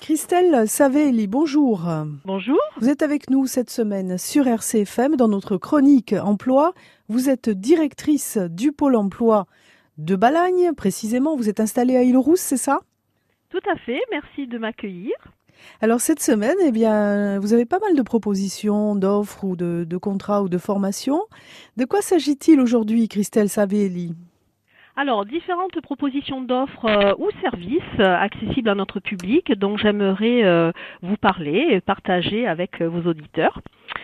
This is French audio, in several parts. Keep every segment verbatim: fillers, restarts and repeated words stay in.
Christelle Savelli, bonjour. Bonjour. Vous êtes avec nous cette semaine sur R C F M dans notre chronique emploi. Vous êtes directrice du pôle emploi de Balagne, précisément. Vous êtes installée à Île-Rousse, c'est ça? Tout à fait, merci de m'accueillir. Alors cette semaine, eh bien, vous avez pas mal de propositions, d'offres ou de, de contrats ou de formations. De quoi s'agit-il aujourd'hui, Christelle Savelli? Alors, différentes propositions d'offres euh, ou services euh, accessibles à notre public dont j'aimerais euh, vous parler et partager avec euh, vos auditeurs.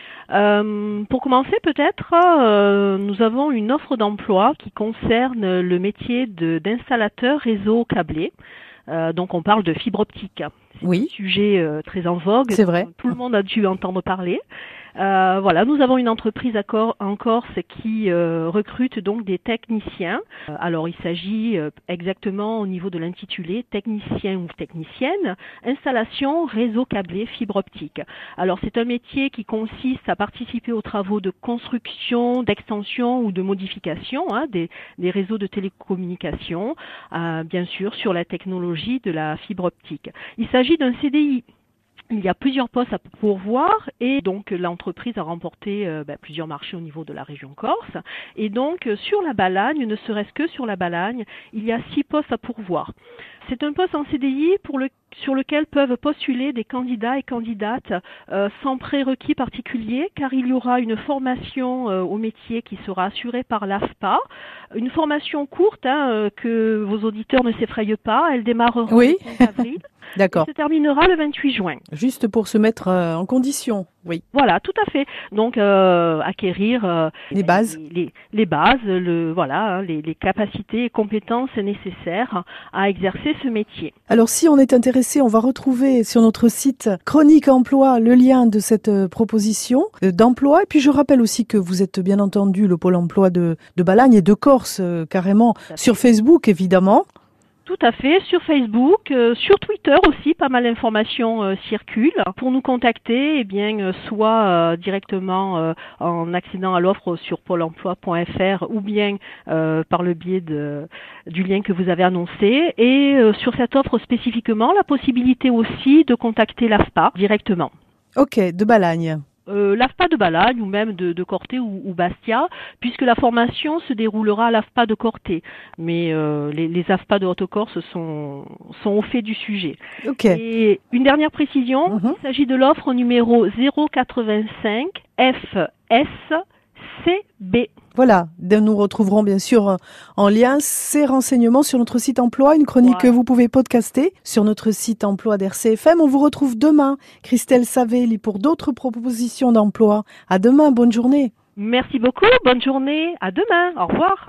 Euh, pour commencer, peut-être, euh, nous avons une offre d'emploi qui concerne le métier de, d'installateur réseau câblé. Euh, donc, on parle de fibre optique. C'est Oui. un sujet euh, très en vogue. C'est vrai. Tout le monde a dû entendre parler. Euh, voilà, nous avons une entreprise à Cor- en Corse qui euh, recrute donc des techniciens. Euh, alors, il s'agit euh, exactement au niveau de l'intitulé technicien ou technicienne, installation réseau câblé fibre optique. Alors, c'est un métier qui consiste à participer aux travaux de construction, d'extension ou de modification hein, des, des réseaux de télécommunications, euh, bien sûr sur la technologie de la fibre optique. Il s'agit d'un C D I. Il y a plusieurs postes à pourvoir et donc l'entreprise a remporté euh, ben, plusieurs marchés au niveau de la région Corse. Et donc euh, sur la Balagne, ne serait-ce que sur la Balagne, il y a six postes à pourvoir. C'est un poste en C D I pour le, sur lequel peuvent postuler des candidats et candidates euh, sans prérequis particuliers car il y aura une formation euh, au métier qui sera assurée par l'A F P A. Une formation courte hein, euh, que vos auditeurs ne s'effrayent pas, elle démarrera Oui. le quinze avril. D'accord. Et se terminera le vingt-huit juin. Juste pour se mettre euh, en condition, oui. Voilà, tout à fait. Donc euh, acquérir euh, Les bases. les, les, les bases, le voilà, hein, les, les capacités et compétences nécessaires à exercer ce métier. Alors si on est intéressé, on va retrouver sur notre site Chronique Emploi le lien de cette euh, proposition euh, d'emploi. Et puis je rappelle aussi que vous êtes bien entendu le pôle emploi de, de Balagne et de Corse euh, carrément sur Facebook évidemment. Tout à fait, sur Facebook, euh, sur Twitter aussi, pas mal d'informations euh, circulent. Pour nous contacter, eh bien, euh, soit euh, directement euh, en accédant à l'offre sur pôle emploi point f r ou bien euh, par le biais de, du lien que vous avez annoncé. Et euh, sur cette offre spécifiquement, la possibilité aussi de contacter l'A F P A directement. Ok, de Balagne. Euh, l'A F P A de Balagne ou même de, de Corté ou, ou Bastia, puisque la formation se déroulera à l'A F P A de Corté. Mais euh, les, les A F P A de Haute-Corse sont, sont au fait du sujet. Ok. Et une dernière précision, Mm-hmm. il s'agit de l'offre numéro zéro quatre-vingt-cinq F S C B. Voilà, nous retrouverons bien sûr en lien ces renseignements sur notre site emploi, une chronique voilà. que vous pouvez podcaster sur notre site emploi d'R C F M. On vous retrouve demain, Christelle Savelli, pour d'autres propositions d'emploi. À demain, bonne journée. Merci beaucoup, bonne journée, à demain, au revoir.